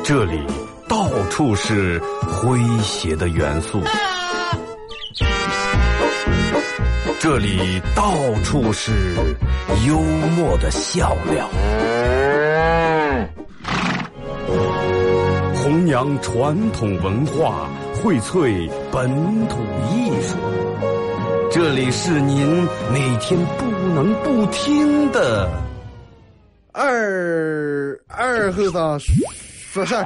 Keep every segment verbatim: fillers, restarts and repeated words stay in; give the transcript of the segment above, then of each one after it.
这里到处是诙谐的元素，这里到处是幽默的笑料，弘扬传统文化，荟萃本土艺术。这里是您每天不能不听的二二后生说事儿。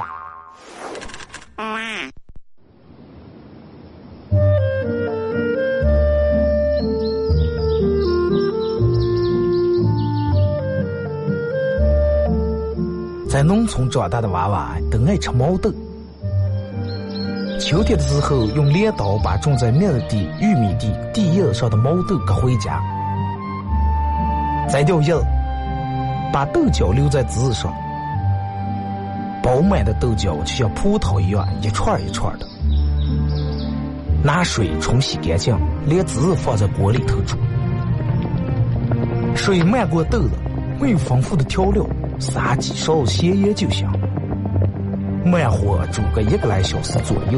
在农村长大的娃娃都爱吃毛豆。秋天的时候，用镰刀把种在麦地、玉米地地叶上的毛豆割回家，摘掉叶，把豆角留在枝子上。饱满的豆角就像葡萄一样，一串一串的。拿水冲洗干净，连籽放在锅里头煮。水漫过豆子，没有丰富的调料，撒几勺咸盐就行。慢火煮个一个来小时左右。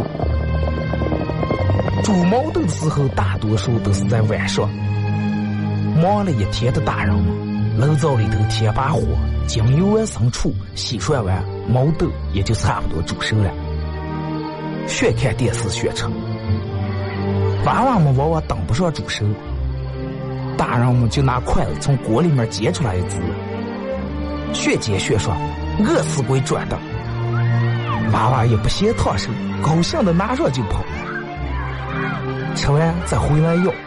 煮毛豆的时候，大多数都是在晚上。忙了一天的大人们，炉灶里头添把火，将油完生醋，洗涮完，毛豆也就差不多煮熟了。学看电视学吃。娃娃们往往等不上煮熟，大人们就拿筷子从锅里面接出来一只，学接学说，饿死鬼转的。娃娃也不嫌烫手，高兴的拿上就跑，吃完再回来要。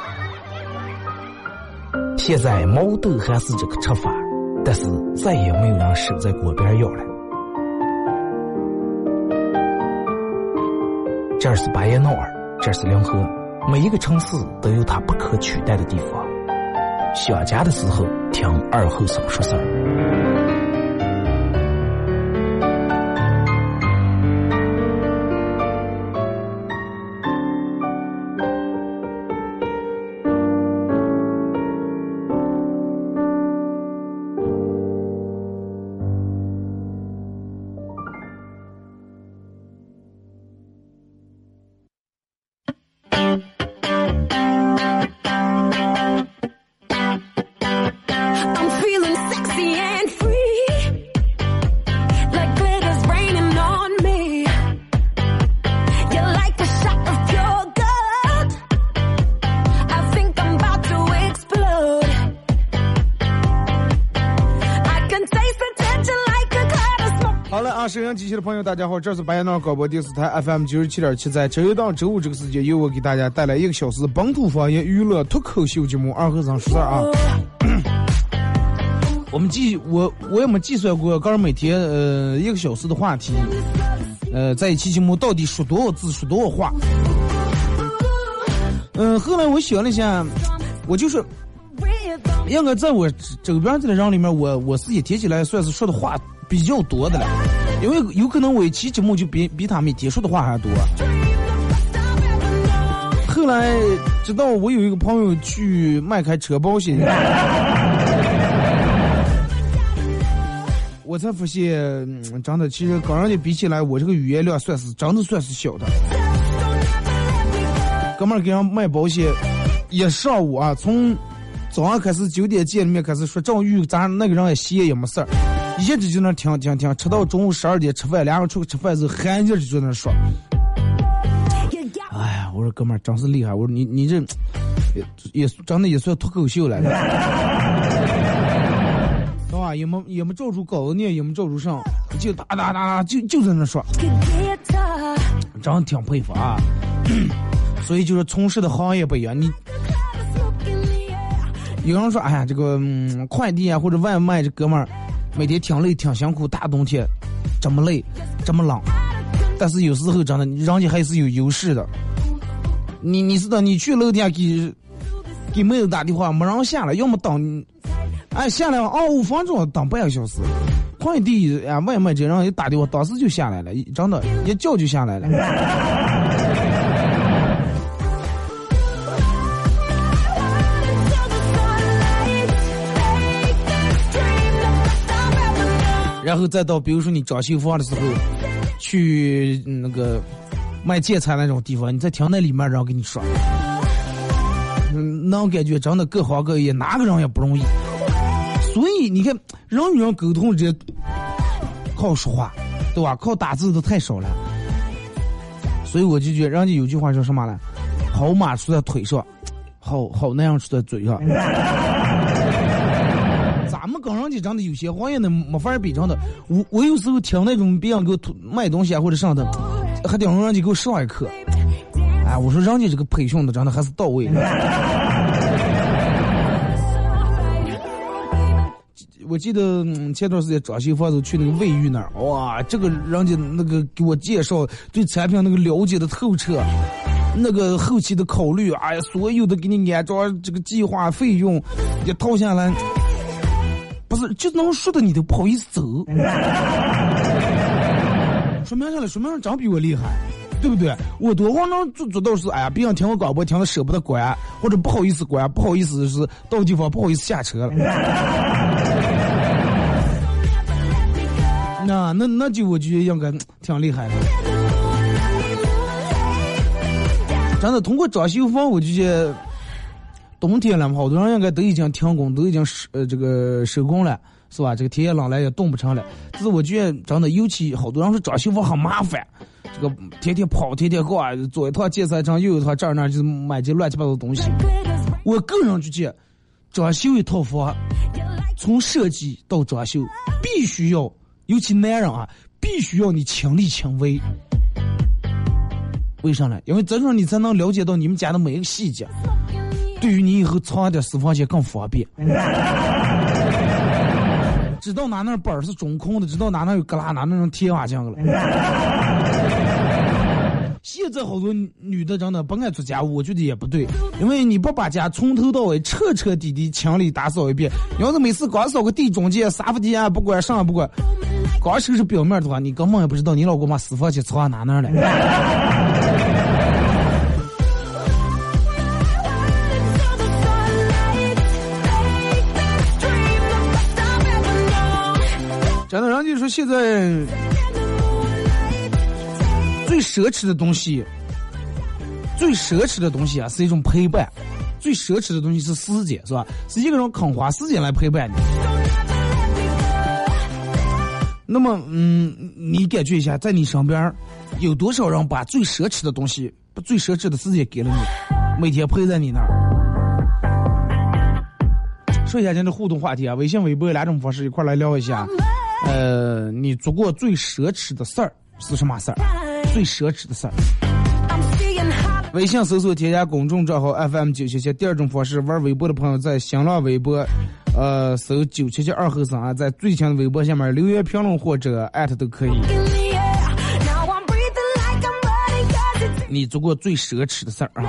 现在毛豆还是这个吃法，但是再也没有人守在锅边要了。这儿是巴彦淖尔，这儿是临河，每一个城市都有它不可取代的地方。想家的时候，听二后生说事儿。 收音机前的朋友大家好，这是巴彦淖尔广播电视台 F M 九十七点七，在周一到周五这个时间由我给大家带来一个小时本土方言娱乐脱口秀节目二和尚说事儿啊。我们计我我也没计算过，刚每天呃一个小时的话题，呃在一期节目到底说多少字，说多少话。嗯、呃，后来我想了一下，我就是应该在我周边这的人里面，我我自己提起来算是说的话比较多的了。因为有可能我一期节目就比比他们结束的话还多。后来直到我有一个朋友去卖开车保险，我才发现，嗯、真的，其实跟人家比起来，我这个语言量算是真的算是小的。哥们儿给人卖保险，一上午啊，从早上开始九点见里面开始说赵玉，咱那个人也歇也没事儿。一直就那听听听，吃到中午十二点吃饭，两个人出去吃饭之后，还一直就在那说。哎呀，我说哥们儿真是厉害，我说你你这也也真的也算脱口秀来了，是吧？也没也没照住稿子念，也没照住上，就哒哒哒哒就就在那说，真的挺佩服啊。所以就是从事的行业不一样，你。有人说，哎呀，这个、嗯、快递啊或者外卖，这哥们儿。每天挺累挺辛苦，大冬天这么累这么冷，但是有时候真的人家还是有优势的。你你知道你去楼底下给给妹子打电话没人下来，要么等哎下来哦五分钟等半个小时，快递啊外卖这人一打电话当时就下来了，真的一叫就下来了。 然后再到比如说你找修房的时候，去那个卖建材那种地方，你再停在里面，然后给你说，嗯，那感觉真的各行各业哪个人也不容易。所以你看，人与人沟通这靠说话，对吧？靠打字的太少了。所以我就觉得，人家有句话说什么呢？好马出在腿上，好好那样出在嘴上。咱们跟人家真的有些行业呢没法比，真的。我我有时候听那种别人给我卖东西啊或者上的，还得让人家给我上一课。哎，我说人家这个培训的真的还是到位的。我记得前段时间找媳妇子去那个卫浴那儿，哇，这个人家那个给我介绍，对产品那个了解的透彻，那个后期的考虑，哎呀，所有的给你按照这个计划费用也掏下来，不是就能说的你都不好意思走。说明上来，说明上真比我厉害，对不对？我多会能做做到是，哎呀，别人听我广播听的舍不得关，或者不好意思关，不好意思是到地方不好意思下车了。那那那就我觉得应该挺厉害的。真的，通过找修房，我就觉得冬天了嘛，好多人应该都已经停工，都已经呃这个收工了，是吧？这个天也冷了，也冻不成了。但是我觉得真的，尤其好多人说找修房很麻烦，这个天天跑，天天逛，左一趟建材厂，右一趟这儿那儿，就是买这乱七八糟的东西。我个人就觉得，装修一套房，从设计到装修，必须要。尤其男人啊，必须要你亲力亲为。为啥呢？因为这样你才能了解到你们家的每一个细节，对于你以后藏一点私房钱更方便。知道哪那板是中空的，知道哪那有旮旯，哪那种贴瓦匠了。现在好多女的真的不爱做家务，我觉得也不对，因为你不把家从头到尾彻彻底底清理打扫一遍，你要是每次刚扫个地中间、沙发底啊不管上也不管，刚收拾表面的话，你根本也不知道你老公把私房钱藏到哪哪了。真的，人家说现在最奢侈的东西，最奢侈的东西啊，是一种陪伴。最奢侈的东西是时间，是吧？是一个人肯花时间来陪伴你。那么，嗯，你感觉一下，在你身边有多少人把最奢侈的东西、把最奢侈的时间给了你，每天陪在你那儿？说一下今天的互动话题啊，微信、微博两种方式一块来聊一下。呃，你做过最奢侈的事儿是什么事儿？最奢侈的事儿。微信搜索添加公众账号 F M 九七七。第二种方式，玩微博的朋友在新浪微博，呃，搜九七七二后生啊，在最新的微博下面留言评论或者艾特都可以。你做过最奢侈的事儿啊？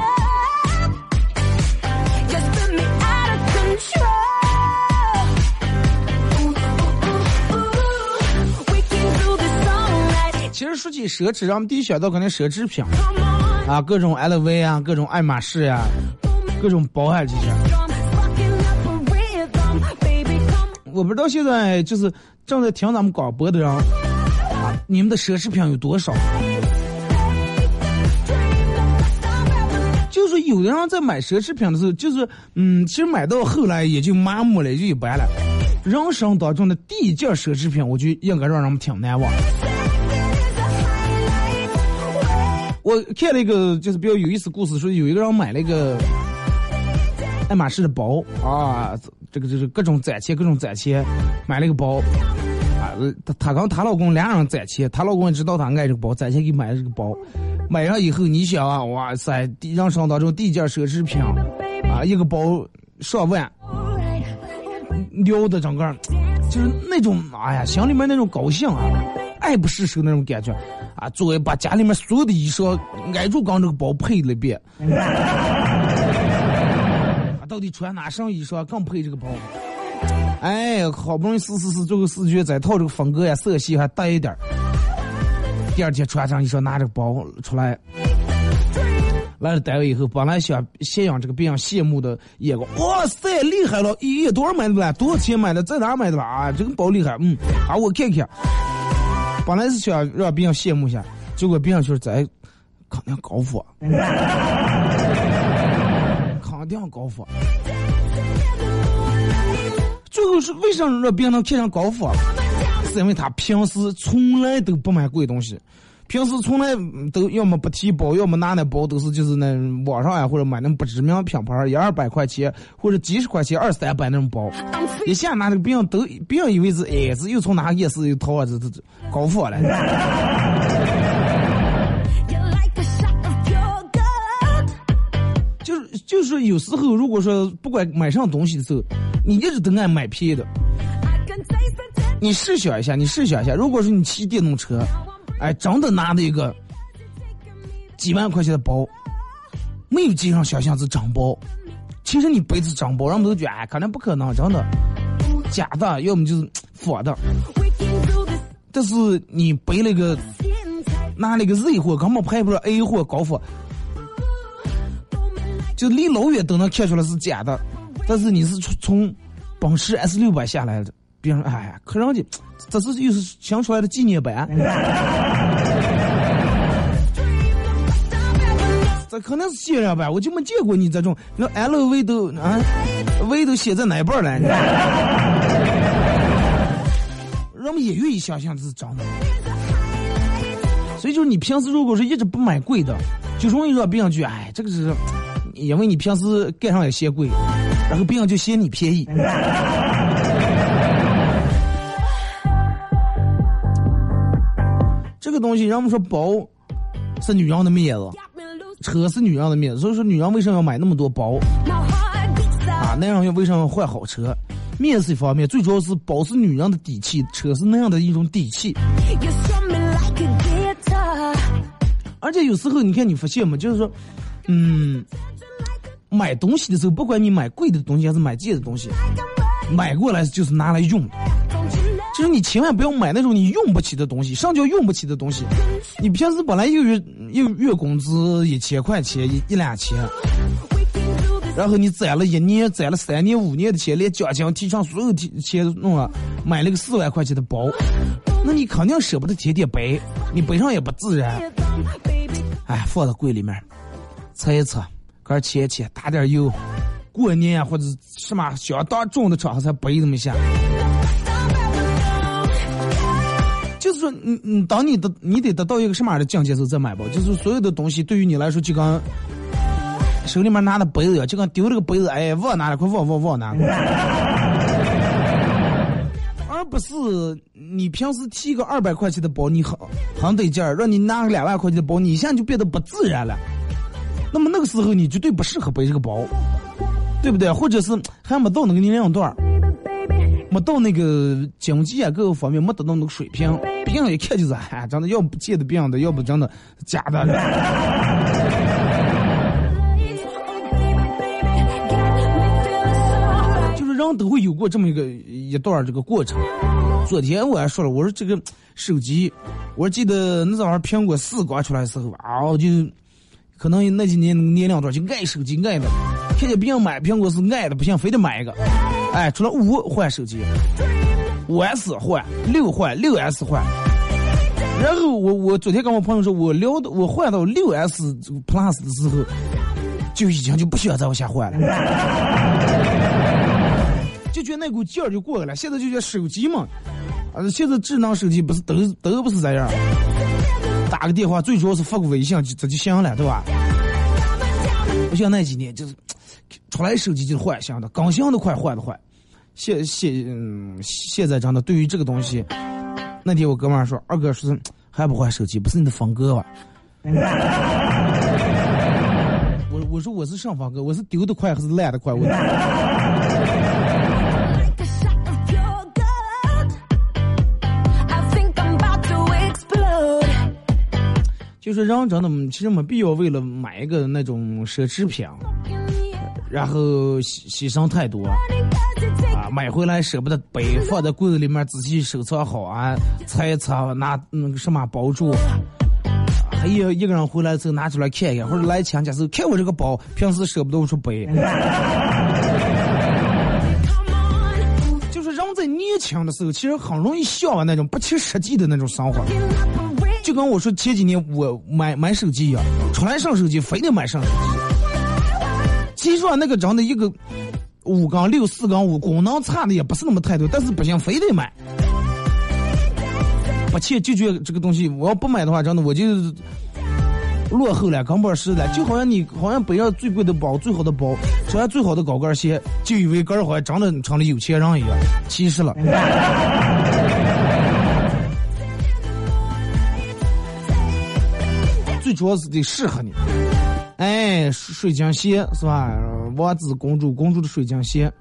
其实说起奢侈，咱们第一想到肯定奢侈品啊，各种 L V 啊，各种爱马仕啊，各种包啊这些。我不知道现在就是正在听咱们广播的人啊，你们的奢侈品有多少？就是有的人在买奢侈品的时候，就是嗯，其实买到后来也就麻木了，也就一般了。人生当中的第一件奢侈品，我就应该让人们挺难忘。我看了一个就是比较有意思故事，说有一个人买了一个爱马仕的包啊，这个就是各种攒钱，各种攒钱，买了一个包啊，她她跟她老公俩人攒钱，她老公也知道她爱这个包，攒钱给买了这个包，买上以后你想啊，哇塞，人生当中第一件奢侈品啊，一个包上万，撩的整个就是那种哎呀，心里面那种高兴啊，爱不释手那种感觉。啊，作为把家里面所有的衣裳挨住刚这个包配了一遍，啊，到底穿哪身衣裳更配这个包？哎，好不容易试试试，最后试觉再套这个风格呀、色系还带一点。第二天穿上衣裳拿这个包出来， 来了单位以后，本来想先让这个别人羡慕的眼光，哇塞，厉害了！咦，多少买的了？多少钱买的？在哪买的了？啊，这个包厉害，嗯，啊，我看看。本来是想让别人羡慕一下，结果别人就是在肯定高富，肯定高富。最后是为什么让别人能看上高富？是因为他平时从来都不买贵东西。平时从来都要么不提包，要么拿那包都是就是那网上呀，或者买那不知名品牌，一二百块钱或者几十块钱二三百那种包，一下拿那个别人都别人以为是哎是又从哪个夜市又淘啊这这这高富了。就是就是有时候如果说不管买上东西的时候，你一直都爱买便宜的，你试想一下，你试想一下，如果说你骑电动车。哎，真的拿的一个几万块钱的包，没有街上想象是真包。其实你背着真包，人们都觉得哎，可能不可能，真的假的，要么就是仿的。但是你背了个拿了个 Z 货，根本拍不了 A 货高仿，就离老远都能看出来是假的。但是你是从奔驰 S 六百下来的，别人哎呀，可人家。这是又是想出来的纪念版，这可能是限量版，我就没见过你这种，那 L V 都啊 ，V 都写在哪半了？人们也愿意相信这是真的，所以就是你平时如果是一直不买贵的，就容易让别人觉得，哎，这个是因为你平时盖上也嫌贵，然后别人就嫌你便宜。这个东西，人们说包是女人的面子，车是女人的面子，所以说女人为什么要买那么多包啊？男人为什么要换好车？面子是一方面，最主要是包是女人的底气，车是那样的一种底气。而且有时候你看你发现吗？就是说，嗯，买东西的时候，不管你买贵的东西还是买贵的东西，买过来就是拿来用。就是你千万不要买那种你用不起的东西，上交用不起的东西。你平时本来一个月一个月工资一千块钱一一两千，然后你攒了一年、攒了三年、五年的钱，连奖金、提成所有钱弄了，买了个四万块钱的包，那你肯定舍不得天天背，你背上也不自然。哎，放到柜里面，测一测，搁切切，打点油，过年啊或者什么小当重的场合才背这么一下。就是说，你你当你的你得得到一个什么样的境界时候再买吧。就是所有的东西对于你来说，就跟手里面拿的杯子，就跟丢了个杯子，哎，忘拿了，快忘忘忘拿了，而不是你平时提个二百块钱的包，你很很得劲儿，让你拿个两万块钱的包，你现在就变得不自然了。那么那个时候你绝对不适合背这个包，对不对？或者是还没到那个年龄段。没到那个经济啊各个方面没得到那个水平，别人一看就是哎，真的要不借的别人的，要不真的假的。就是人都会有过这么一个一段这个过程。昨天我还说了，我说这个手机，我记得那早上苹果四刚出来的时候啊，我就可能那几年年龄段就爱手机爱的，看见别人买苹果是爱的不行，非得买一个。哎，除了五换手机，五 S 换，六换，六 S 换。然后我我昨天跟我朋友说，我聊的我换到六 S Plus 的时候，就已经就不需要再往下换了，就觉得那股劲儿就过来了。现在就觉得手机嘛，啊，现在智能手机不是都都不是这样，打个电话最主要是发个微信就这就行了，对吧？不像那几年就是出来手机就是换新的，刚新的快换的坏。现现嗯，现在真的对于这个东西，那天我哥们儿说，二哥说还不换手机，不是你的风格吧？我我说我是上风格，我是丢的快还是烂的快？我就是让真的其实没必要为了买一个那种奢侈品，然后牺牺牲太多啊！买回来舍不得背，放在柜子里面仔细收藏好啊，拆一拆，拿那个什么包住， 还有一个人回来之后拿出来看看，或者来抢家时候看我这个包，平时舍不得出背。就是人在年轻的时候，其实很容易向往那种不切实际的那种生活。就跟我说前几年我买买手机一样，出来上手机非得买上手机。其实那个长的一个五缸六四缸五功能差的也不是那么太多，但是不行非得买。不切就觉得这个东西我要不买的话，真的我就落后了，刚不是的。就好像你好像背上最贵的包、最好的包、穿最好的高跟鞋，就以为个儿好像长得成了有钱人一样，其实了。最主要是得适合你。哎，水晶鞋是吧？王子公主公主的水晶鞋，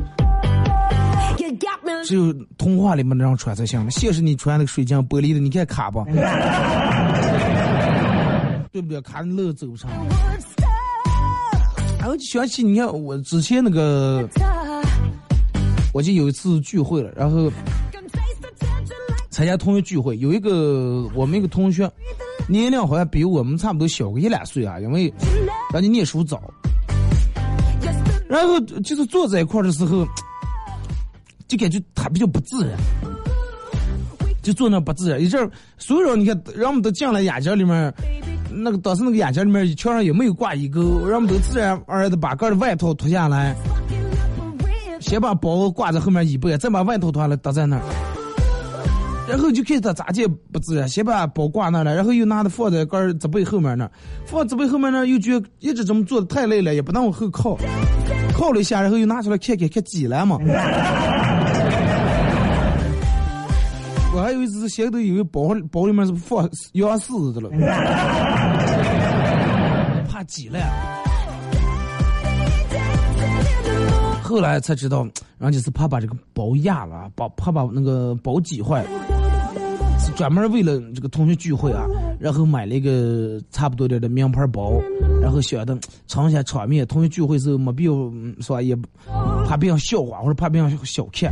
只有童话里面能让穿才行的。现实你穿那个水晶玻璃的，你看卡吧，对不对？卡你路走不上。然后就想起你看我之前那个，我就有一次聚会了，然后参加同学聚会，有一个我们一个同学。年龄好像比我们差不多小个一两岁啊，因为人家念书早。然后就是坐在一块的时候，就感觉他比较不自然，就坐那不自然。一阵所有人你看，让我们都进来眼镜里面，那个当时那个眼镜里面墙上也没有挂衣钩，让我们都自然而然的把个的外套脱下来，先把包挂在后面椅背，再把外套脱下来搭在那儿。然后就看他咋介不自然，先把包挂那了，然后又拿它放在个儿脊背后面那，放脊背后面那又觉得一直这么做的太累了，也不能往后靠，靠了一下，然后又拿出来看看看挤了嘛。我还有一次现在都以为包包里面是放羊柿子了，怕挤了。后来才知道，然后就是怕把这个包压了，把怕把那个包挤坏了，是专门为了这个同学聚会啊，然后买了一个差不多点的名牌包，然后想的尝一下场面，同学聚会时候没必要是吧，也怕别人笑话或者怕别人小看。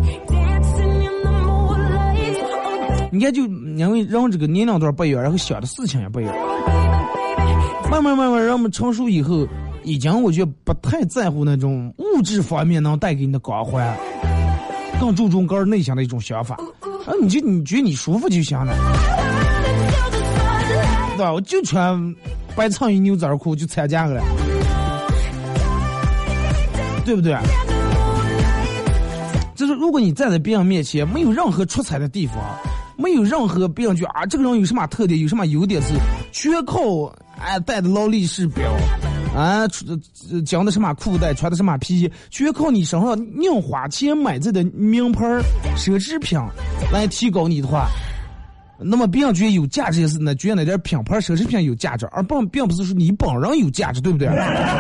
你看，就因为让这个年龄段不一样，然后想的事情也不一样，慢慢慢慢让我们成熟以后。已经我觉得不太在乎那种物质方面能带给你的光环，更注重个人内向的一种想法。啊，你就你觉得你舒服就行了，对吧？我就穿白苍蝇牛仔裤就参加了，对不对？就是如果你站在别人面前，没有任何出彩的地方，没有任何别人觉得啊这个人有什么特点，有什么优点，是全靠哎戴的劳力士表。啊，讲的什么裤带，穿的什么皮衣，全靠你身上硬花钱买这的名牌奢侈品来提高你的话，那么别人觉得有价值也是呢，觉得那点品牌奢侈品有价值，而并并不是说你本人有价值，对不对？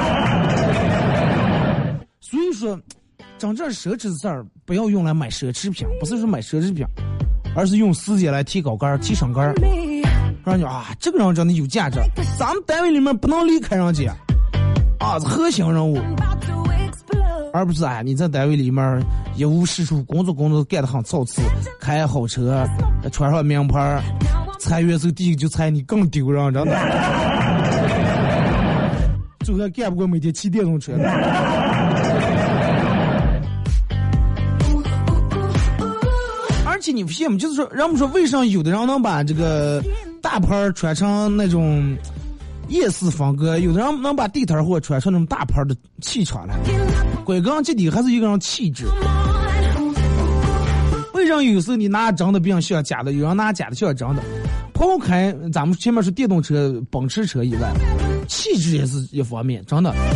所以说，真正奢侈的事儿不要用来买奢侈品，不是说买奢侈品，而是用时间来提高杆儿、提升杆儿，让你啊，这个人真的有价值，咱们单位里面不能离开人家。啊，核心人物，而不是哎，你在单位里面一无是处，工作工作干得很操持，开好车，穿上名牌，裁员时候第一个就裁你更丢人，真的。就算干不过每天骑电动车。而且你羡慕，就是说，人们说为什么有的人能把这个大牌穿成那种。夜市风格，有的人能把地摊货穿成那种大牌的气场来，归根结底还是一个人气质。为什么有时候你拿真的比较像假的，有人拿假的像真的？抛开咱们前面是电动车、奔驰车以外，气质也是一方面，真的。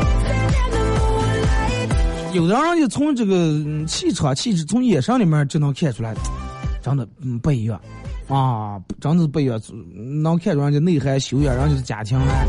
有的人就从这个气场、气质，从眼神里面就能看出来，真的嗯不一样。啊，真是不一样，能看出人家内涵修养，人家是家庭来。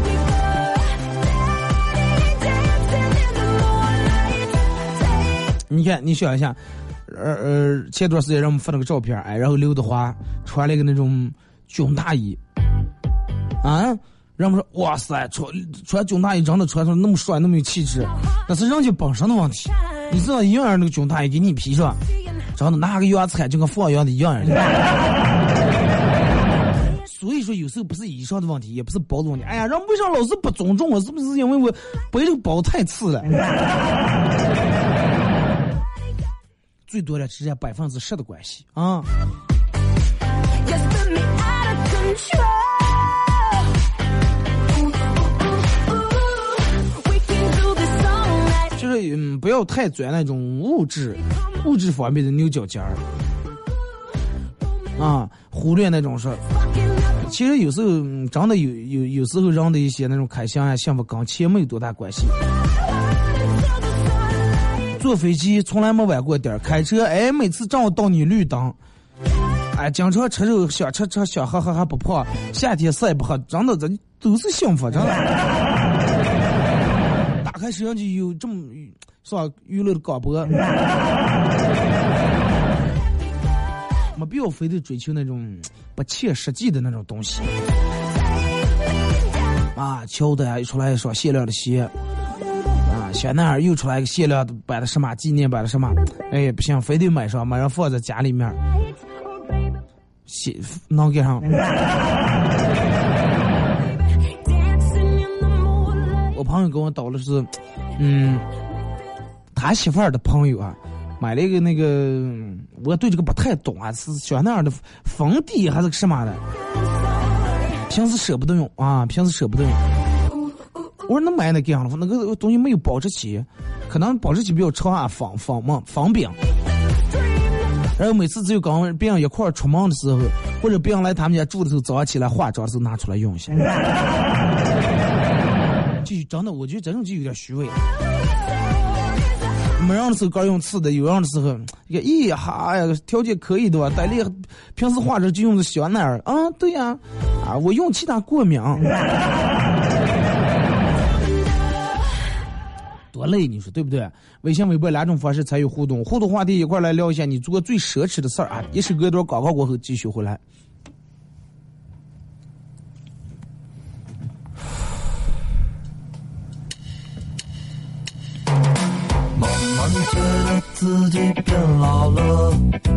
你看，你想一下，呃呃，前段时间让我们发了个照片，哎，然后刘德华穿了一个那种军大衣，啊，让我们说，哇塞，穿穿军大衣真的穿成那么帅，那么有气质，那是人家本身的问题。你知道一样那个军大衣给你披上，真的拿个原彩就跟放一样的一样。 所以说有时候不是衣裳的问题，也不是包的问题。哎呀，人为啥老是不尊重我？是不是因为我背这个包太次了？最多的只占百分之十的关系啊。就是嗯，不要太钻那种物质物质方面的牛角尖儿啊，忽略那种事儿。其实有时候、嗯、真的有有有时候人的一些那种开心啊幸福跟钱没有多大关系。坐飞机从来没晚过点儿，开车哎每次正好到你绿灯，哎经常吃肉想吃吃想喝喝还不胖，夏天晒不喝，真的这都是幸福，真的。打开摄像机有这么是吧娱乐的广播，没必要非得追求那种不切实际的那种东西啊。乔丹又出来一双限量的鞋啊，香奈儿又出来一个限量的版的什么纪念版的什么，哎不行，非得买上，买上放在家里面，写能给上。我朋友跟我叨的是，嗯，他媳妇儿的朋友啊，买了一个那个，我对这个不太懂啊，是香奈儿的粉底还是个什么的，平时舍不得用啊，平时舍不得用。我说那买那给上了，那个东西没有保质期，可能保质期比较长啊，仿仿嘛仿饼。然后每次只有跟别人一块儿出门的时候，或者别人来他们家住的时候，早上起来化妆的时候拿出来用一下。就真的，我觉得这种就有点虚伪。没人的时候刚用刺的，有人的时候，咦哈呀，条件可以的吧？带力，平时化妆就用的香奈儿啊，对呀、啊，啊，我用其他过敏，多累，你说对不对？微信、微博两种方式参与互动，互动话题一块来聊一下你做过最奢侈的事儿啊！一首歌段广告过后继续回来。 慢慢觉得自己变老了，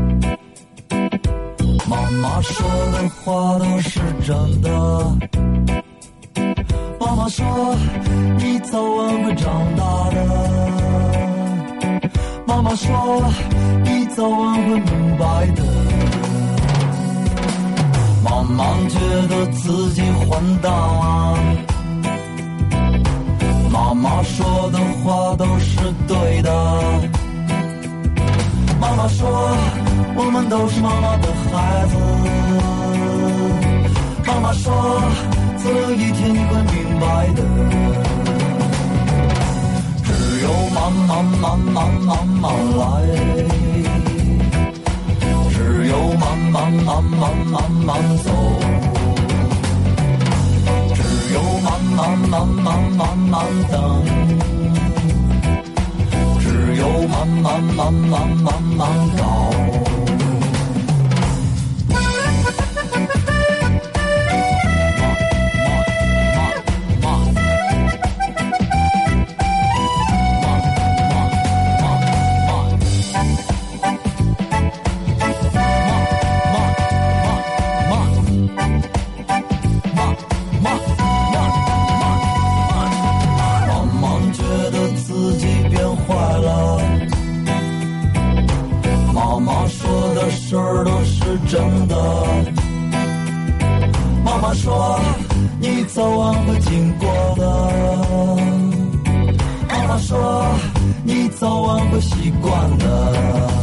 妈妈说的话都是真的。妈妈说你早晚会长大的，妈妈说你早晚会明白的。慢慢觉得自己混蛋了，妈妈说的话都是对的。妈妈说我们都是妈妈的孩子，妈妈说总有一天你会明白的。只有慢慢慢慢慢慢来，只有慢慢慢慢慢慢走，只有慢慢慢慢慢慢等，只有慢慢慢慢慢慢搞。事儿都是真的，妈妈说你早晚会经过的，妈妈说你早晚会习惯的。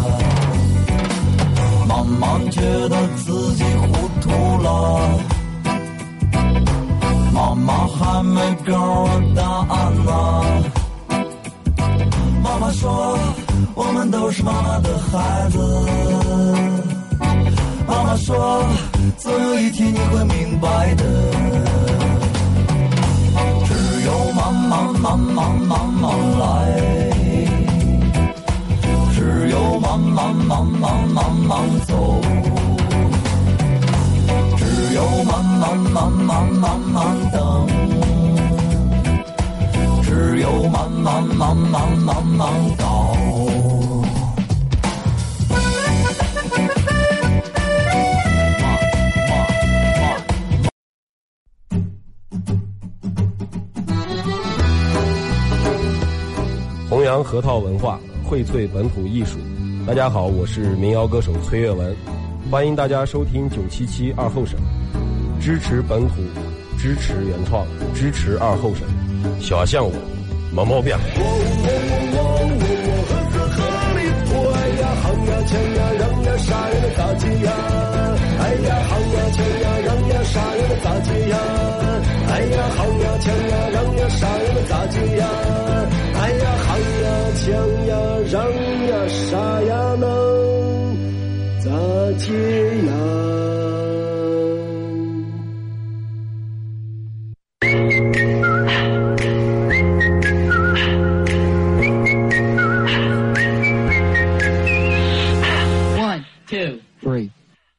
慢慢觉得自己糊涂了，妈妈还没给我答案呢。妈妈说我们都是妈妈的孩子，妈妈说总有一天你会明白的。只有慢慢慢慢慢慢来，只有慢慢慢慢慢慢走，只有慢慢慢慢慢慢等，只有慢慢慢慢慢慢搞。 扬核桃文化，荟萃本土艺术。大家好，我是民谣歌手崔月文，欢迎大家收听九七七二后省，支持本土，支持原创，支持二后省。小象我，没毛病。行呀抢呀让呀杀人的杂技呀，哎呀行呀抢呀让呀杀人的杂技呀，哎呀行呀抢呀让呀杀人的杂技呀，哎呀行呀抢呀让呀杀呀能杂技呀。 Two, three.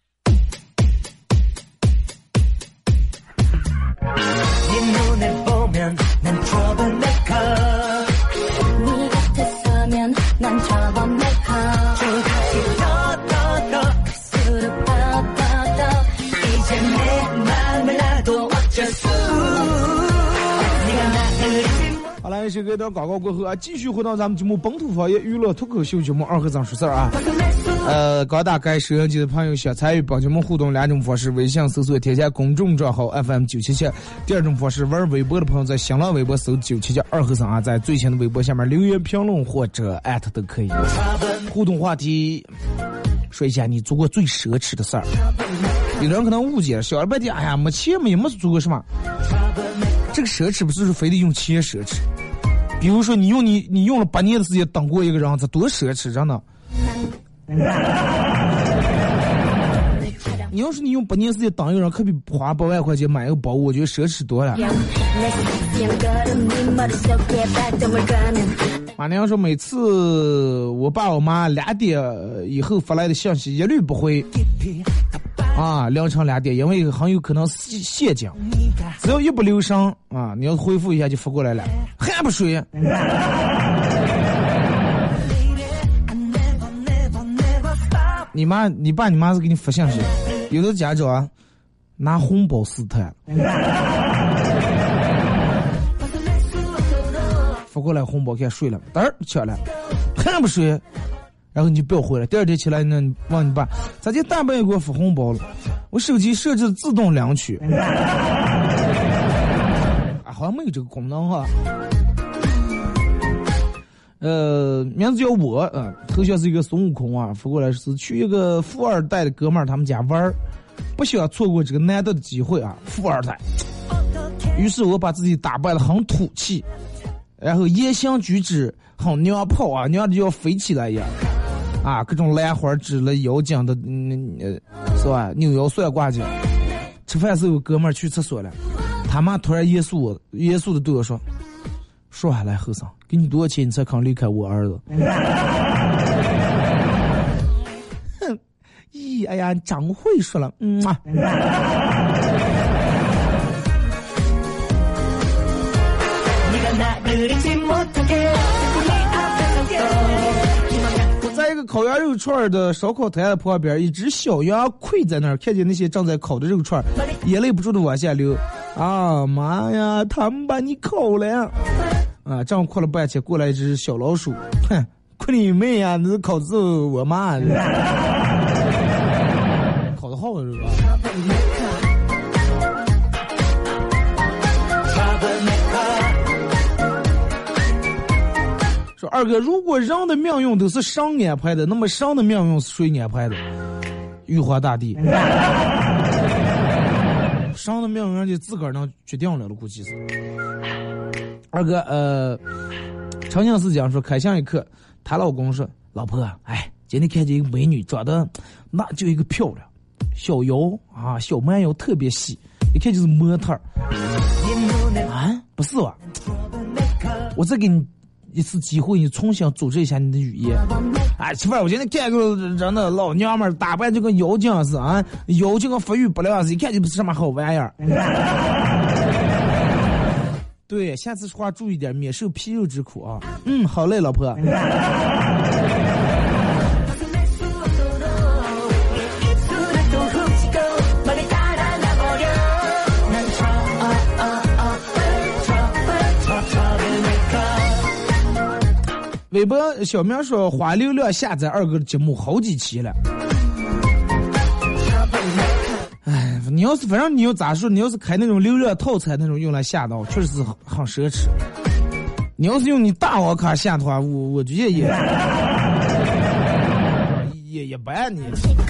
好来，这个段广告过后啊，继续回到咱们节目本土方言娱乐脱口秀节目二和尚说事儿啊。呃，刚打开收音机的朋友想参与帮节目互动两种方式：微信搜索添加公众账号 F M 九七七；第二种方式，玩微博的朋友在新浪微博搜九七七二和尚啊，在最新的微博下面留言评论或者艾特都可以。互动话题，说一下你做过最奢侈的事儿。有人可能误解了，小了半天，哎呀，没钱没没做过什么。这个奢侈不是非得用钱奢侈。比如说你用你你用了八年的时间等过一个人，这多奢侈，真的。你要是你用八年时间等一个人，可比花八万块钱买一个包，我觉得奢侈多了。马娘说，每次我爸我妈两点以后发来的信息一律不回啊，凌晨两点，因为很有可能陷阱，只要一不留神啊，你要回复一下就发过来了，还不睡。你妈你爸你妈是给你发信息，有的家长啊拿红包试探，发过来红包给睡了，嘚儿抢了，还不睡，然后你就不要回来。第二天起来呢，你问你爸咋就大半夜给我发红包了？我手机设置自动领取，啊，好像没有这个功能哈。呃，名字叫我，呃，头像是一个孙悟空啊，发过来是去一个富二代的哥们儿他们家玩儿，不想错过这个难得的机会啊，富二代。于是我把自己打扮得很土气，然后言行举止很娘炮啊，娘的就要飞起来一样啊，各种兰花指了腰间的，嗯呃，是吧？扭腰算卦去。吃饭时候哥们儿去厕所了，他妈突然严肃严肃的对我说。说下来后生，给你多少钱你才肯离开我儿子？哼，咦，哎呀，长会说了，嗯啊。在一个烤羊肉串的烧烤摊的旁边，一只小羊跪在那儿，看见那些正在烤的肉串，眼泪不住的往下流。啊妈呀，他们把你烤了！啊，这样哭了半天，过来一只小老鼠，哼，哭你妹呀！那烤子我妈，烤的好是吧？说二哥，如果人的命运都是神安排的，那么神的命运是谁安排的？玉皇大帝。神的命运人家自个儿能决定了了，估计是。二哥，呃，长相思讲说，开箱一刻，她老公说，老婆，哎，今天看见一个美女，长得那就一个漂亮，小腰啊，小蛮腰特别细，一看就是模特儿。啊，不是吧？我再给你一次机会，你重新组织一下你的语言。哎，媳妇儿，我今天看个人的老娘们打扮就跟妖精似的啊，妖精跟发育不良似，一看就不是什么好玩意儿。对，下次说话注意点，免受皮肉之苦啊。嗯，好嘞，老婆。 微博小明说花流量下载二哥的节目好几期了。哎，你要是反正你要咋说，你要是开那种流量套餐那种用来下的，确实是很很奢侈。你要是用你大王卡下的话，我我觉得也也也不爱你。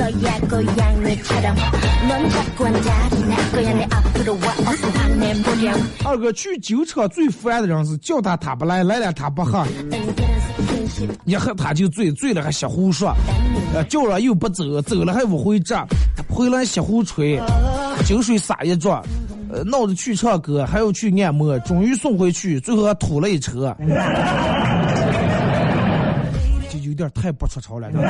二哥去酒厂最烦的人是叫他他不来，来了他不喝，一喝他就醉，醉了还瞎胡说，呃叫了又不走，走了还不回这，回来瞎胡吹，酒水洒一桌，呃闹着去唱歌，还要去按摩，终于送回去，最后还吐了一车。就有点太不出丑了。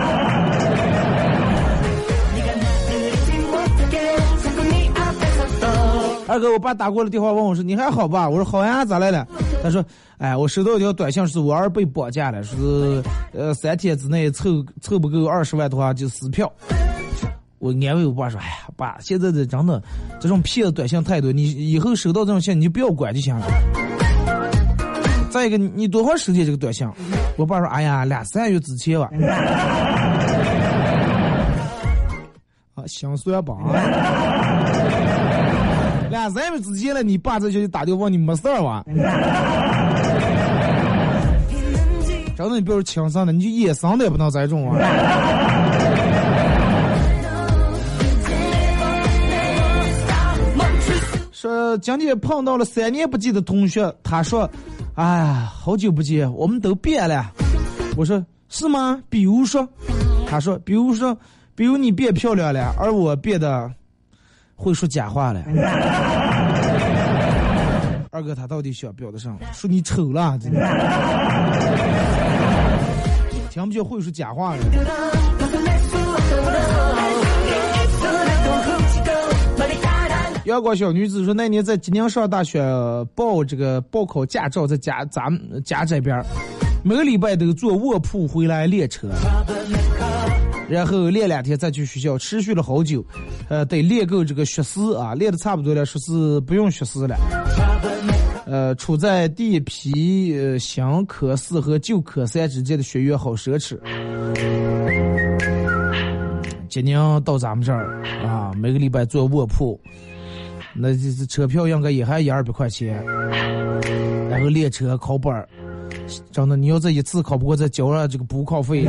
二哥，我爸打过来电话问我说：“你还好吧？”我说：“好呀，咋来了？”他说：“哎，我收到一条短信，是我儿被绑架了，是呃三天之内凑凑不够二十万的话就撕票。”我安慰我爸说：“哎呀，爸，现在的真的这种骗子短信太多，你以后收到这种信你就不要管就行了。再一个，你多长时间这个短信？”我爸说：“哎呀，两三月之前吧。”啊，心酸吧。两三月之前了，你爸这就打电话，你没事儿吧？真的，你不要轻伤的，你就野伤的也不能再种啊。说今天碰到了三年不见的同学，他说：“哎呀，好久不见，我们都变了。”我说：“是吗？比如说？”他说：“比如说，比如你变漂亮了，而我变得会说假话了。”二哥他到底想表达上说你丑了，真的听不见会说假话了。阳光小女子说，那年在吉宁上大学报这个报考驾照，在家咱们家这边每个礼拜都坐卧铺回来练车，然后练两天再去学校，持续了好久，呃，得练够这个学思啊，练的差不多了，说是不用学思了。呃，处在地皮呃新科四和旧科三之间的学院好奢侈。今年到咱们这儿啊，每个礼拜坐卧铺，那这车票应该也还一二百块钱，然后练车考本儿，真的你要这一次考不过再交了这个补考费，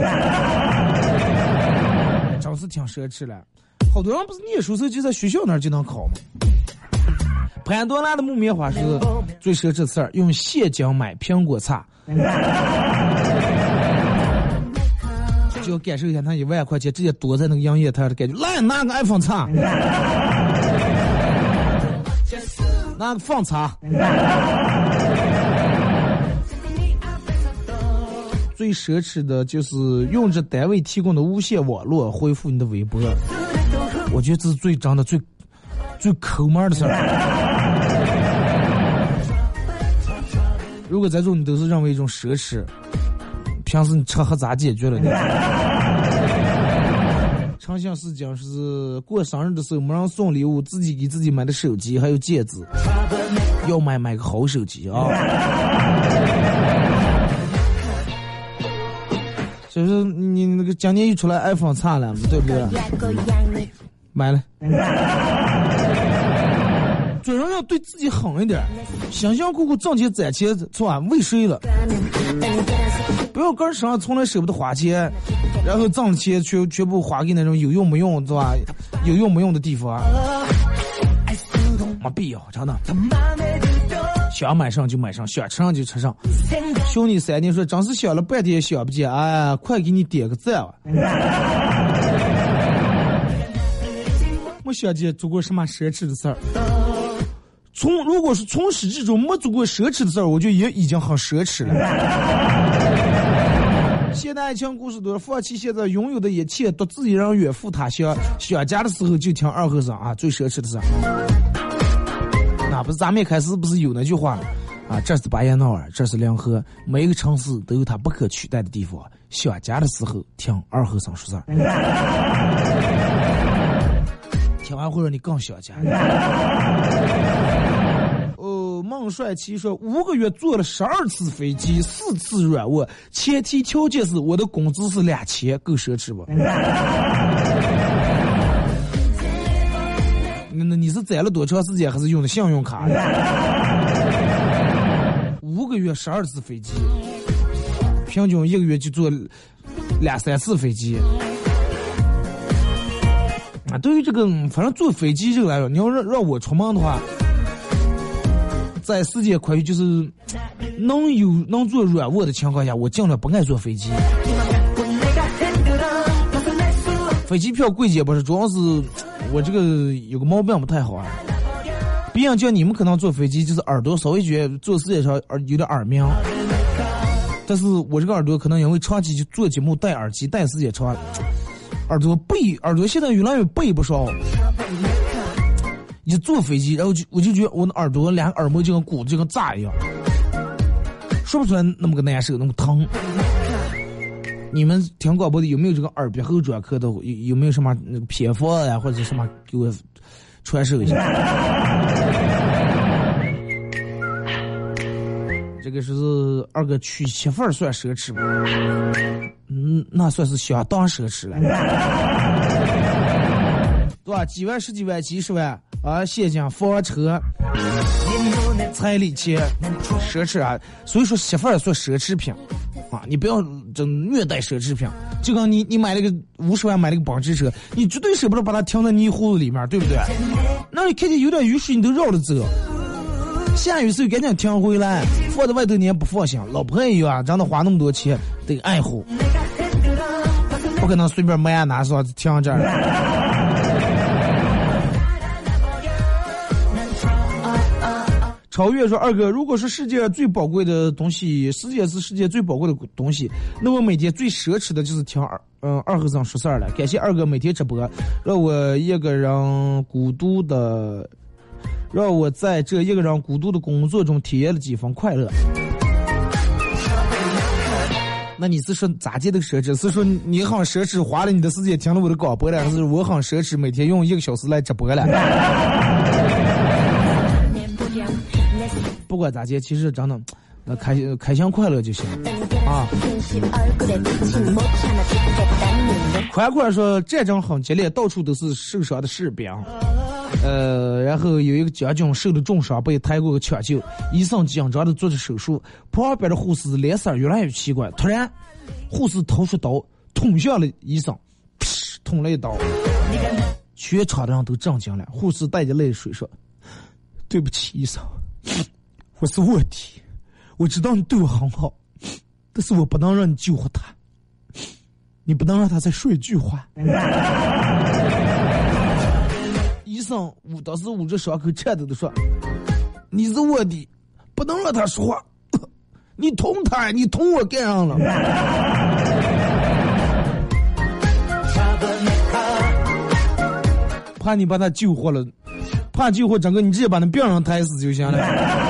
真是挺奢侈了。好多人不是念书时候就在学校那儿就能考吗？潘多拉的木棉花是最奢侈的事儿，用现金买苹果擦，就要感受一下他一万块钱直接躲在那个营业台的感觉。来拿个 iPhone 擦，拿个放擦。最奢侈的就是用着单位提供的无线网络回复你的微博，我觉得这是最真的最最抠门的事儿。如果这种你都是认为一种奢侈，平时你吃喝咋解决了呢？长相思讲是过生日的时候没人送礼物，自己给自己买的手机还有戒指，要买买个好手机啊！就是你那个今年一出来 iPhone 差了，对不对？买了。做人要对自己狠一点，辛辛苦苦挣钱攒钱，错为谁了？不要跟身上从来舍不得花钱，然后挣钱全全部花给那种有用没用，对吧？有用没用的地方，没必要，真的。想买上就买上，想吃上就吃上。兄弟三年说，真是想了半天想不见，哎呀，快给你点个赞吧！没想见做过什么奢侈的事儿。从如果是从始至终没做过奢侈的事儿，我就也已经很奢侈了。现代爱情故事多，放弃现在拥有的一切，独自一人远赴他乡。想家的时候就听二和尚啊，最奢侈的事儿。那不是咱们一开始不是有那句话吗？啊，这是巴彦淖尔，这是临河，每一个城市都有它不可取代的地方。想家的时候听二和尚说事儿。听完会让你更想家。哦，梦很帅气，说五个月坐了十二次飞机，四次软卧，前提条件是我的工资是两千，够奢侈不？那你是攒了多长时间，还是用的信用卡？五个月十二次飞机，平均一个月就坐两三次飞机。啊，对于这个，反正坐飞机这个来说，你要让让我出门的话，在世界宽裕就是能有能坐软卧的情况下，我尽量不爱坐飞机。飞机票贵些不是，主要是我这个有个毛病不太好啊。别人叫你们可能坐飞机就是耳朵稍微觉得坐世界上耳有点耳鸣，但是我这个耳朵可能因为长期就做节目戴耳机戴时间长，耳朵背耳朵现在越来越背不少。一坐飞机，然后就我就觉得我的耳朵两个耳膜就跟鼓就跟炸一样，说不出来那么个难受，那么疼。你们听广播的有没有这个耳鼻喉专科的？有有没有什么那个偏方呀，或者什么给我传授一下？这个是二哥娶媳妇儿算奢侈吗？嗯，那算是相当奢侈了。对吧？几万、十几万、几十万啊！现金、房车、彩礼钱，奢侈啊！所以说媳妇儿算奢侈品啊！你不要真虐待奢侈品。就刚你你买了个五十万买了个保值车，你绝对舍不得把它停在泥糊子里面，对不对？那你看见有点雨水，你都绕着走。下雨时候赶紧停回来，放在外头你也不放心。老婆也有啊，让他花那么多钱得爱护，不可能随便买啊拿上停这儿。超越说二哥，如果是世界最宝贵的东西，世界是世界最宝贵的东西，那么每天最奢侈的就是听二嗯二和尚说事儿了。感谢二哥每天直播，让我一个人孤独的，让我在这一个人孤独的工作中体验了几分快乐。那你是说咋接的奢侈？是说你很奢侈花了你的时间听了我的广播了，还是我很奢侈每天用一个小时来直播了？不管咋接，其实真的，那开开心快乐就行啊。宽宽说战争很激烈，到处都是受伤的士兵。呃，然后有一个将军受了重伤，被抬过抢救，医生紧张的做着手术，旁边的护士脸色越来越奇怪。突然，护士掏出刀捅向了医生，噗，捅了一刀，全场的人都震惊了。护士带着泪水说：“对不起，医生。”我是卧底，我知道你对我很好，但是我不能让你救活他，你不能让他再说一句话。医生捂当时捂着伤口颤抖的说：“你是卧底，不能让他说话，你捅他，你捅我干上了。”怕你把他救活了，怕救活整个你直接把那病人抬死就行了。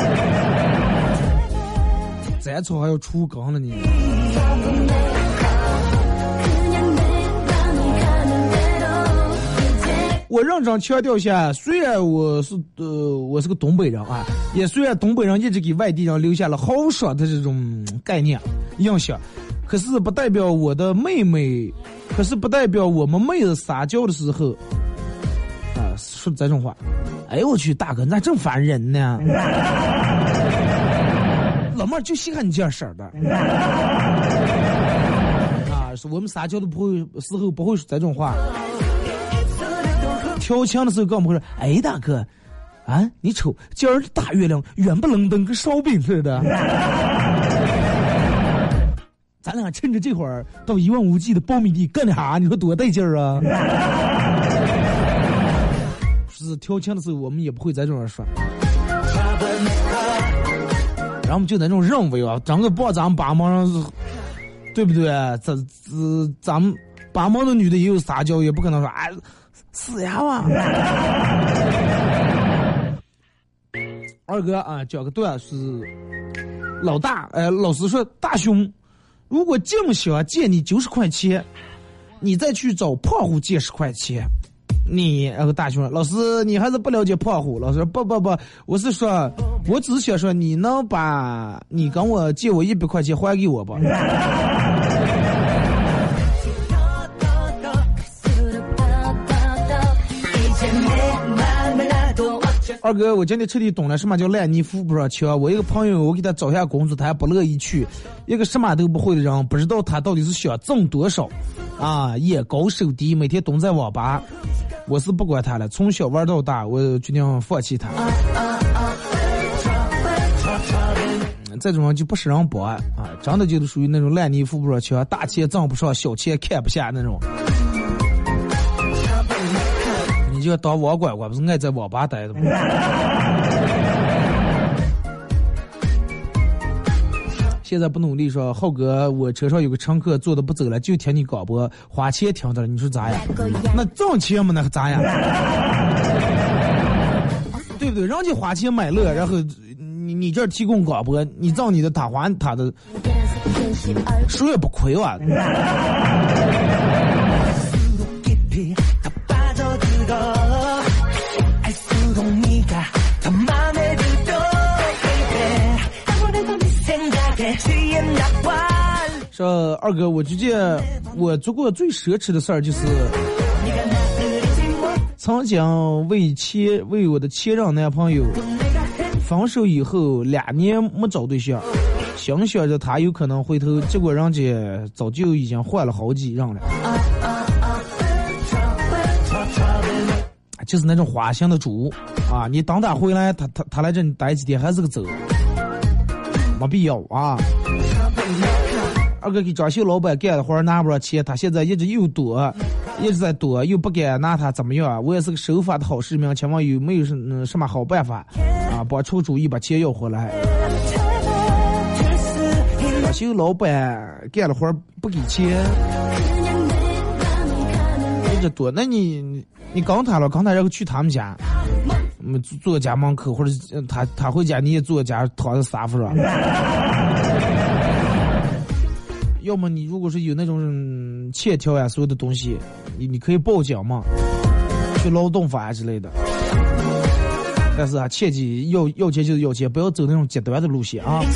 再吵还要出缸了你。我认真强调一下，虽然我是呃我是个东北人啊，也虽然东北人一直给外地人留下了豪爽的这种概念印象，可是不代表我的妹妹，可是不代表我们妹子撒娇的时候啊说这种话。哎我去，大哥那真烦人呢。老妹儿就稀罕你这样式儿的啊！是我们撒娇的不会时候不会说这种话，调情的时候跟我们会说：“哎，大哥，啊，你瞅今儿大月亮圆不楞登跟烧饼似的。”咱俩趁着这会儿到一望无际的苞米地干点啥？你说多带劲儿啊！是调情的时候我们也不会在这儿说。然后我们就那种认为啊，整个帮咱们帮忙，对不对？这这咱们帮忙的女的也有撒娇，也不可能说哎死呀嘛。二哥啊，讲个段是老大，哎，老师说大兄，如果净想借你九十块钱，你再去找胖虎借十块钱， 你然后大熊老师你还是不了解胖虎。老师说不不不，我是说我只是想说你能把你跟我借我一百块钱还给我吧。二哥，我今天彻底懂了什么叫烂泥扶不上墙。我一个朋友，我给他找下工作，他还不乐意去。一个什么都不会的人，不知道他到底是想挣多少啊，眼高手低，每天蹲在网吧。我是不管他了，从小玩到大，我决定放弃他。这种人就不是人保安啊，真的就是属于那种烂泥扶不上墙，大钱挣不上，小钱看不下那种。你就要当网管，我不是爱在网吧待的吗？现在不努力说，浩哥，我车上有个乘客坐的不走了，就听你广播，花钱听的了，你说咋样？那挣钱嘛，那个咋样？对不对？人家花钱买乐，然后你你这儿提供广播，你挣你的，他还他的，谁也不亏啊。说二哥，我觉得我做过最奢侈的事儿就是曾经为前为我的前任男朋友分手以后两年没找对象，想想着他有可能回头，结果人家早就已经换了好几任了，就是那种花心的主啊！你等他回来，他他他来这里待几天还是个走，没必要啊。二哥给装修老板干的活拿不上钱，他现在一直又躲，一直在躲，又不敢拿他怎么样？我也是个守法的好市民，请问有没有什、嗯、什么好办法啊？帮出主意把钱要回来。装修老板干了活不给钱，一直躲，那你你刚他了，刚他然后去他们家，嗯，坐家门口或者他他回家你也坐家躺在沙发上。要么你如果是有那种欠条呀，所有的东西，你你可以报警嘛，去劳动法之类的。但是啊，切记要要钱就是要钱，不要走那种极端的路线啊。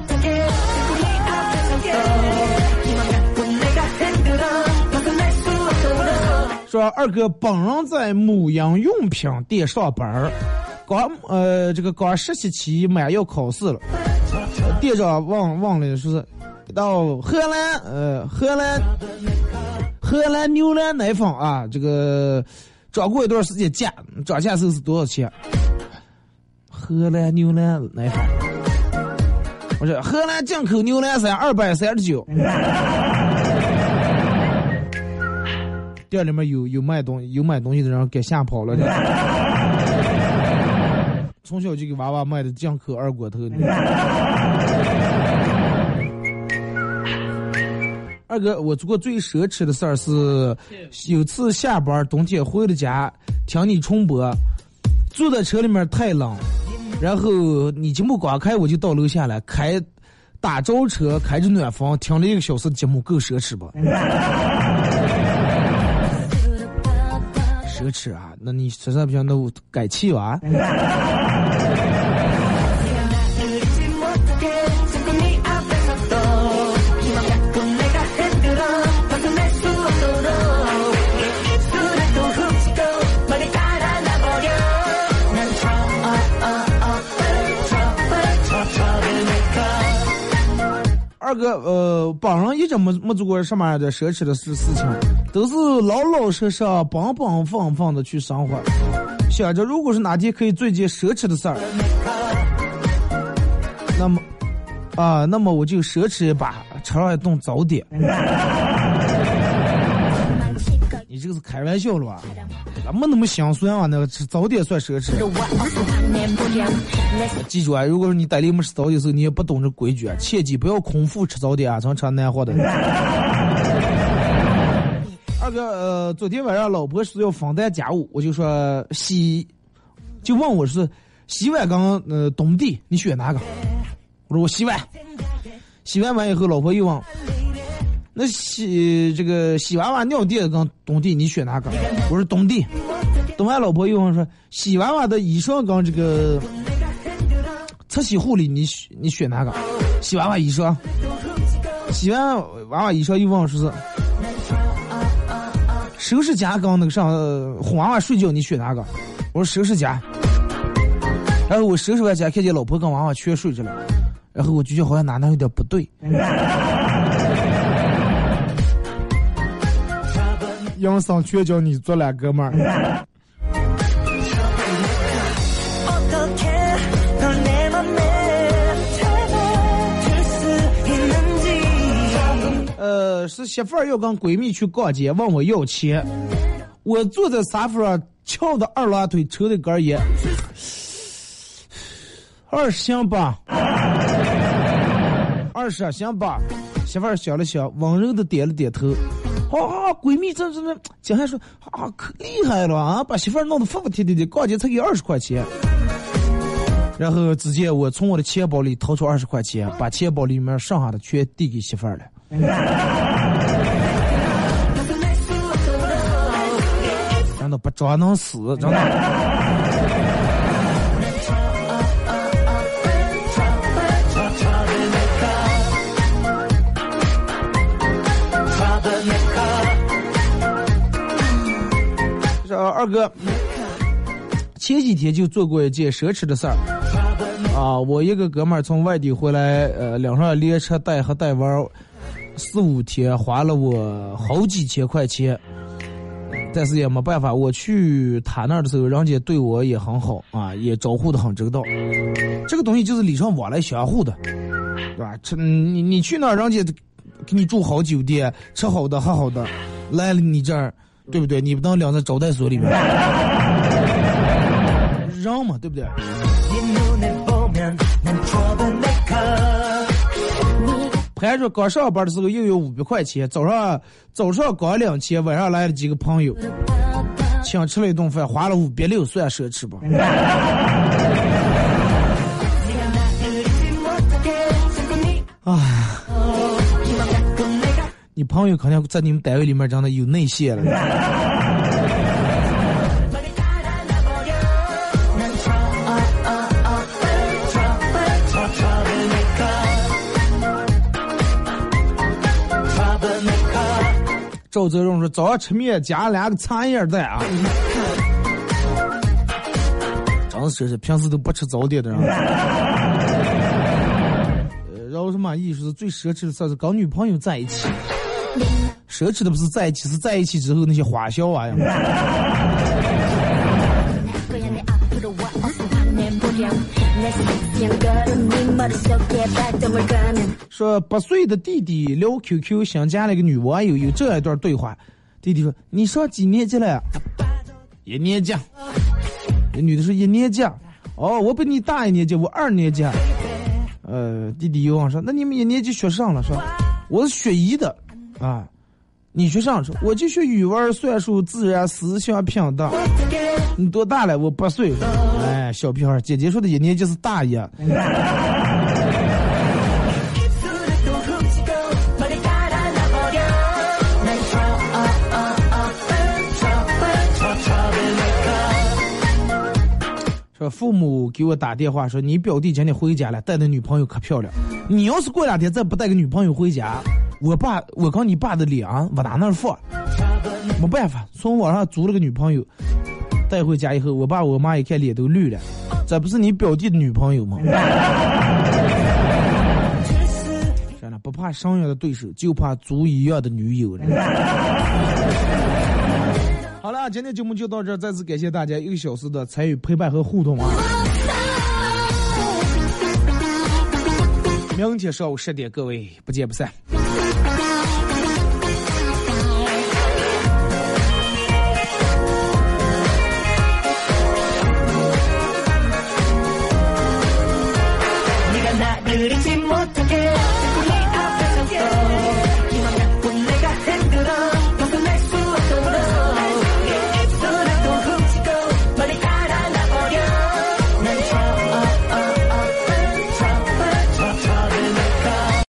说二哥本人在母婴用品店上班，刚呃这个刚实习期马上要考试了，店长忘忘了说是。到荷兰，呃，荷兰，荷兰牛奶奶粉啊，这个涨过一段时间价，涨价时候是多少钱？荷兰牛奶奶粉，我说荷兰进口牛奶粉二百三十九，店里面有有卖东有买东西的人给吓跑了，从小就给娃娃卖的进口二锅头。二哥，我做过最奢侈的事儿是，有次下班冬天回了家，听你重播，坐在车里面太冷，然后你节目刚开我就到楼下来，开打着车开着暖风听了一个小时的节目，够奢侈吧？奢侈啊！那你实在不行，那我改气吧。二哥，呃，本人一直没没做过什么样的奢侈的事事情，都是老老实实、本本分分的去生活。想着，如果是哪天可以做一件奢侈的事儿，那么，啊、呃，那么我就奢侈一把，吃上一顿早点。你这个是开玩笑了吧？没那么心酸啊，那个吃早点算奢侈。记住啊，如果说你带领没吃早点的时候，你也不懂这规矩啊，切记不要空腹吃早点啊，常常难活的。二哥，呃，昨天晚上老婆说要分担家务，我就说洗，就问我是洗碗跟呃东地，你选哪个？我说我洗碗。洗完碗以后，老婆又问那洗这个洗娃娃尿垫跟东地你选哪个？我说东地。东完老婆又问说洗娃娃的衣裳跟这个擦洗护理你你选哪个？洗娃娃衣裳。洗完娃娃衣裳又问说是收拾家跟那个上哄娃娃睡觉你选哪个？我说收拾家。然后我收拾完家看见老婆跟娃娃全睡着了，然后我就觉得好像哪哪有点不对。杨桑却叫你做俩哥们儿。呃，是媳妇儿要跟闺蜜去逛街，问我要钱。我坐在沙发上，翘的二郎腿，抽的根烟，二十行吧，二十行吧。媳妇儿想了想，温柔的点了点头。啊，闺蜜这这这，讲还说啊，可厉害了啊，把媳妇儿弄得服服帖帖的，逛街才给二十块钱。然后只见我从我的钱包里掏出二十块钱，把钱包里面剩下的全递给媳妇儿了。真的不装能死，真的。二哥前几天就做过一件奢侈的事儿啊！我一个哥们儿从外地回来，呃，两上连车带和带玩四五天，花了我好几千块钱，但是也没办法。我去他那儿的时候，人家对我也很好啊，也招呼的很周到。这个东西就是礼尚往来相互的，对吧？这你你去那儿，人家给你住好酒店，吃好的喝好的，来了你这儿。对不对？你不能两在招待所里面，让嘛，对不对？排着刚上班的时候又有五百块钱，早上早上刚两千，晚上来了几个朋友，请吃了一顿饭，花了五百六，算奢侈吧。啊。你朋友肯定在你们单位里面真的有内线了。赵泽荣说早上吃面加两个茶叶蛋啊，真是是平时都不吃早点的人。呃，然后什么意思是最奢侈的事是跟女朋友在一起。奢侈的不是在一起，是在一起之后那些花销啊呀。说八岁的弟弟聊 Q Q 想加了一个女网友，有这样一段对话。弟弟说：“你上几年级了？”一年级。那女的说：“一年级。”哦，我比你大一年级，我二年级。呃，弟弟又问说：“那你们一年级学上了？”说：“我是学医的。”啊，你学上说，我就学语文、算术、自然、思想平等。你多大了？我八岁。哎，小屁孩，姐姐说的一年级是大一。说父母给我打电话说，你表弟今天回家了，带的女朋友可漂亮。你要是过两天再不带个女朋友回家，我爸我跟你爸的脸往哪那放？没办法，从网上租了个女朋友，带回家以后，我爸我妈一看脸都绿了，这不是你表弟的女朋友吗？真的不怕商业的对手，就怕猪一样的女友。好了，今天节目就到这儿，再次感谢大家一个小时的参与陪伴和互动啊！明天上午十点，各位不见不散。